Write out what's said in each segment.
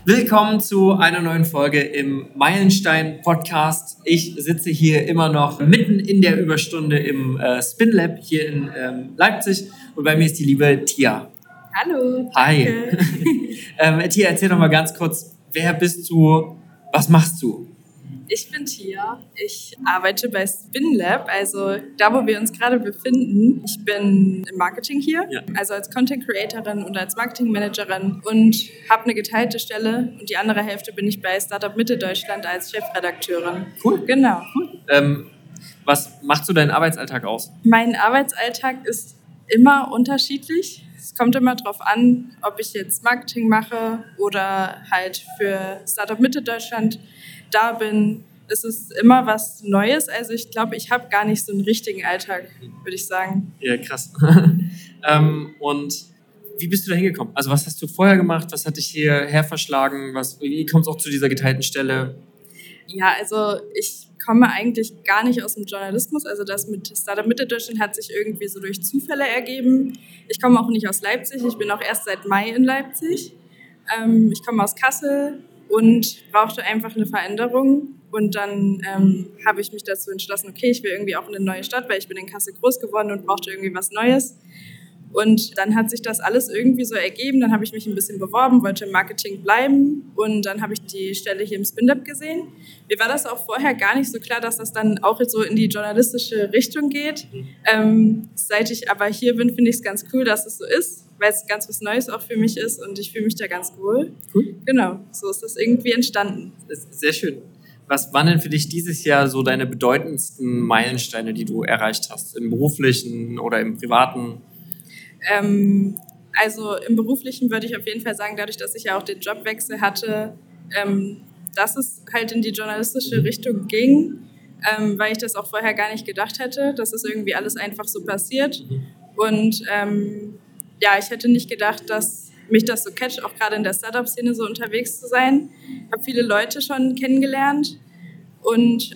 Willkommen zu einer neuen Folge im Meilenstein-Podcast. Ich sitze hier immer noch mitten in der Überstunde im Spin Lab hier in Leipzig und bei mir ist die liebe Tia. Hallo. Hi. Tia, erzähl doch mal ganz kurz, wer bist du, was machst du? Ich bin Tia. Ich arbeite bei Spin Lab, also da, wo wir uns gerade befinden. Ich bin im Marketing hier, also als Content Creatorin und als Marketing Managerin und habe eine geteilte Stelle und die andere Hälfte bin ich bei Startup Mitte Deutschland als Chefredakteurin. Cool. Genau. Cool. Was macht so deinen Arbeitsalltag aus? Mein Arbeitsalltag ist immer unterschiedlich. Es kommt immer darauf an, ob ich jetzt Marketing mache oder halt für Startup Mitte Deutschland da bin. Es ist immer was Neues. Also ich glaube, ich habe gar nicht so einen richtigen Alltag, würde ich sagen. Ja, krass. Und wie bist du da hingekommen? Also was hast du vorher gemacht? Was hat dich hierher verschlagen? Wie kommst du auch zu dieser geteilten Stelle? Ja, also ich komme eigentlich gar nicht aus dem Journalismus. Also das mit Startup Mitte Deutschland hat sich irgendwie so durch Zufälle ergeben. Ich komme auch nicht aus Leipzig. Ich bin auch erst seit Mai in Leipzig. Ich komme aus Kassel und brauchte einfach eine Veränderung. Und dann habe ich mich dazu entschlossen, okay, ich will irgendwie auch in eine neue Stadt, weil ich bin in Kassel groß geworden und brauchte irgendwie was Neues. Und dann hat sich das alles irgendwie so ergeben. Dann habe ich mich ein bisschen beworben, wollte im Marketing bleiben und dann habe ich die Stelle hier im Spin Lab gesehen. Mir war das auch vorher gar nicht so klar, dass das dann auch so in die journalistische Richtung geht. Seit ich aber hier bin, finde ich es ganz cool, dass es so ist, weil es ganz was Neues auch für mich ist und ich fühle mich da ganz wohl. Cool. Genau, so ist das irgendwie entstanden. Sehr schön. Was waren denn für dich dieses Jahr so deine bedeutendsten Meilensteine, die du erreicht hast? Im beruflichen oder im privaten? Also im Beruflichen würde ich auf jeden Fall sagen, dadurch, dass ich ja auch den Jobwechsel hatte, dass es halt in die journalistische Richtung ging, weil ich das auch vorher gar nicht gedacht hätte, dass es irgendwie alles einfach so passiert. Und ich hätte nicht gedacht, dass mich das so catcht, auch gerade in der Startup-Szene so unterwegs zu sein. Ich habe viele Leute schon kennengelernt und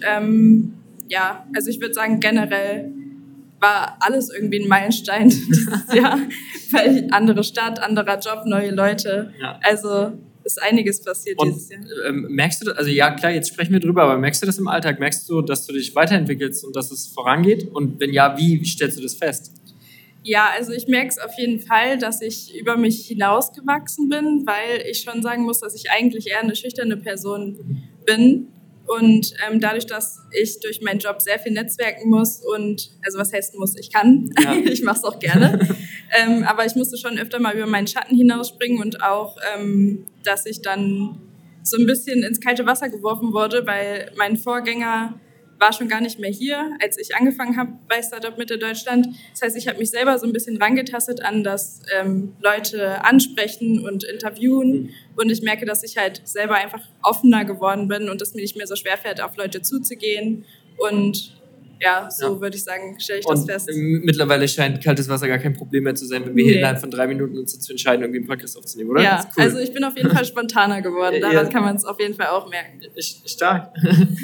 also ich würde sagen, generell war alles irgendwie ein Meilenstein dieses Jahr, weil andere Stadt, anderer Job, neue Leute, also ist einiges passiert dieses Jahr. Merkst du das, also ja klar, jetzt sprechen wir drüber, aber merkst du das im Alltag, merkst du, dass du dich weiterentwickelst und dass es vorangeht und wenn ja, wie stellst du das fest? Ja, also ich merke es auf jeden Fall, dass ich über mich hinausgewachsen bin, weil ich schon sagen muss, dass ich eigentlich eher eine schüchterne Person bin. Und dadurch, dass ich durch meinen Job sehr viel netzwerken muss und, also was heißt muss, ich kann, ich mache es auch gerne, aber ich musste schon öfter mal über meinen Schatten hinausspringen und auch, dass ich dann so ein bisschen ins kalte Wasser geworfen wurde, weil mein Vorgänger war schon gar nicht mehr hier, als ich angefangen habe bei Startup Mitte Deutschland. Das heißt, ich habe mich selber so ein bisschen rangetastet an das Leute ansprechen und interviewen. Und ich merke, dass ich halt selber einfach offener geworden bin und es mir nicht mehr so schwerfällt, auf Leute zuzugehen. Und würde ich sagen, stelle ich das fest. Mittlerweile scheint kaltes Wasser gar kein Problem mehr zu sein, wenn wir hier innerhalb von 3 Minuten uns dazu entscheiden, irgendwie einen Podcast aufzunehmen, oder? Ja, cool. Also ich bin auf jeden Fall spontaner geworden. Daran kann man es auf jeden Fall auch merken. Stark.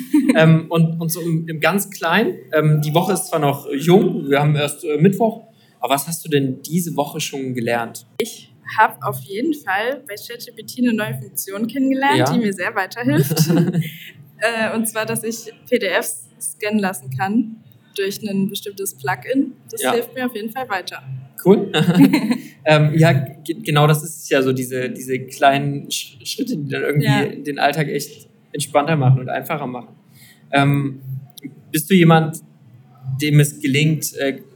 Und so im ganz Kleinen, die Woche ist zwar noch jung, wir haben erst Mittwoch, aber was hast du denn diese Woche schon gelernt? Ich habe auf jeden Fall bei ChatGPT eine neue Funktion kennengelernt, die mir sehr weiterhilft. Und zwar, dass ich PDFs scannen lassen kann durch ein bestimmtes Plugin. Das hilft mir auf jeden Fall weiter. Cool. Genau, das ist ja so diese kleinen Schritte, die dann irgendwie den Alltag echt entspannter machen und einfacher machen. Bist du jemand, dem es gelingt,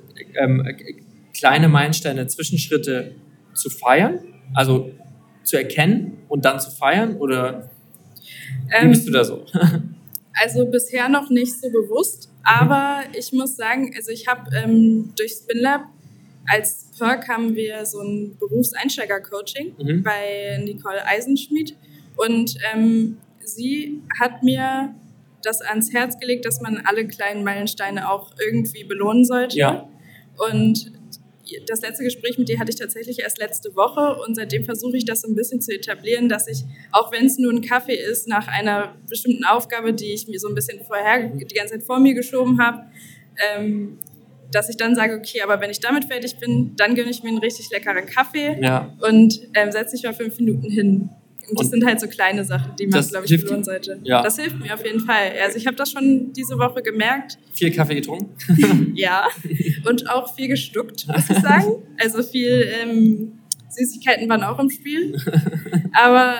kleine Meilensteine, Zwischenschritte zu feiern? Also zu erkennen und dann zu feiern? Oder wie bist du da so? Also bisher noch nicht so bewusst, aber ich muss sagen, also ich habe durch Spin Lab als Perk haben wir so ein Berufseinsteiger-Coaching bei Nicole Eisenschmidt und sie hat mir das ans Herz gelegt, dass man alle kleinen Meilensteine auch irgendwie belohnen sollte. Ja. Und das letzte Gespräch mit dir hatte ich tatsächlich erst letzte Woche und seitdem versuche ich das so ein bisschen zu etablieren, dass ich, auch wenn es nur ein Kaffee ist, nach einer bestimmten Aufgabe, die ich mir so ein bisschen vorher die ganze Zeit vor mir geschoben habe, dass ich dann sage, okay, aber wenn ich damit fertig bin, dann gönne ich mir einen richtig leckeren Kaffee und setze mich mal 5 Minuten hin. Und das sind halt so kleine Sachen, die man, glaube ich, belohnen sollte. Ja. Das hilft mir auf jeden Fall. Also ich habe das schon diese Woche gemerkt. Viel Kaffee getrunken? Ja, und auch viel gestuckt, muss ich sagen. Also viel Süßigkeiten waren auch im Spiel. Aber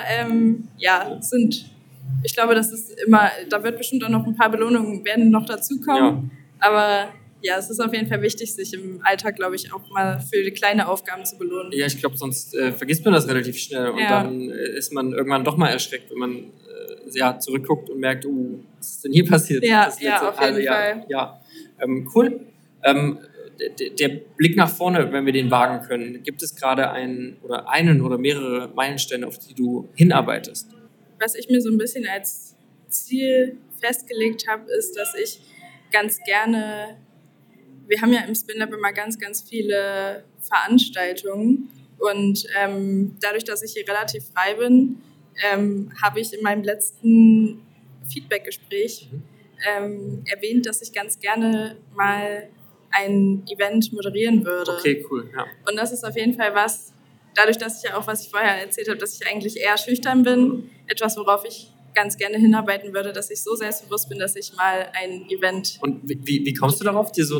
ich glaube, das ist immer, da wird bestimmt auch noch ein paar Belohnungen werden noch dazukommen. Ja. Aber ja, es ist auf jeden Fall wichtig, sich im Alltag, glaube ich, auch mal für kleine Aufgaben zu belohnen. Ja, ich glaube, sonst vergisst man das relativ schnell und dann ist man irgendwann doch mal erschreckt, wenn man zurückguckt und merkt, was ist denn hier passiert? Ja, auf jeden Fall. Ja, cool. Der Blick nach vorne, wenn wir den wagen können, gibt es gerade einen oder mehrere Meilensteine, auf die du hinarbeitest? Was ich mir so ein bisschen als Ziel festgelegt habe, ist, dass ich ganz gerne, wir haben ja im SpinLab immer ganz, ganz viele Veranstaltungen und dadurch, dass ich hier relativ frei bin, habe ich in meinem letzten Feedback-Gespräch erwähnt, dass ich ganz gerne mal ein Event moderieren würde. Okay, cool. Ja. Und das ist auf jeden Fall was, dadurch, dass ich ja auch, was ich vorher erzählt habe, dass ich eigentlich eher schüchtern bin, etwas, worauf ich ganz gerne hinarbeiten würde, dass ich so selbstbewusst bin, dass ich mal ein Event... Und wie kommst du darauf, dir so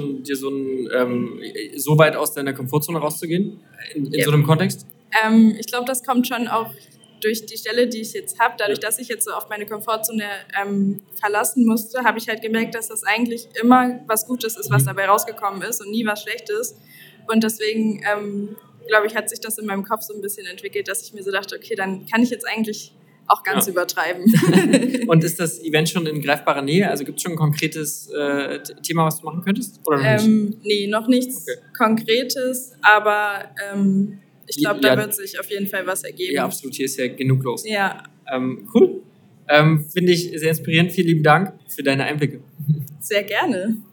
weit aus deiner Komfortzone rauszugehen, in so einem Kontext? Ich glaube, das kommt schon auch durch die Stelle, die ich jetzt habe. Dadurch, dass ich jetzt so auf meine Komfortzone verlassen musste, habe ich halt gemerkt, dass das eigentlich immer was Gutes ist, was dabei rausgekommen ist und nie was Schlechtes. Und deswegen, glaube ich, hat sich das in meinem Kopf so ein bisschen entwickelt, dass ich mir so dachte, okay, dann kann ich jetzt eigentlich auch ganz übertreiben. Und ist das Event schon in greifbarer Nähe? Also gibt es schon ein konkretes Thema, was du machen könntest? Oder noch nicht? Nee, noch nichts Konkretes, aber ich glaube, da wird sich auf jeden Fall was ergeben. Ja, absolut. Hier ist ja genug los. Ja. Cool. Finde ich sehr inspirierend. Vielen lieben Dank für deine Einblicke. Sehr gerne.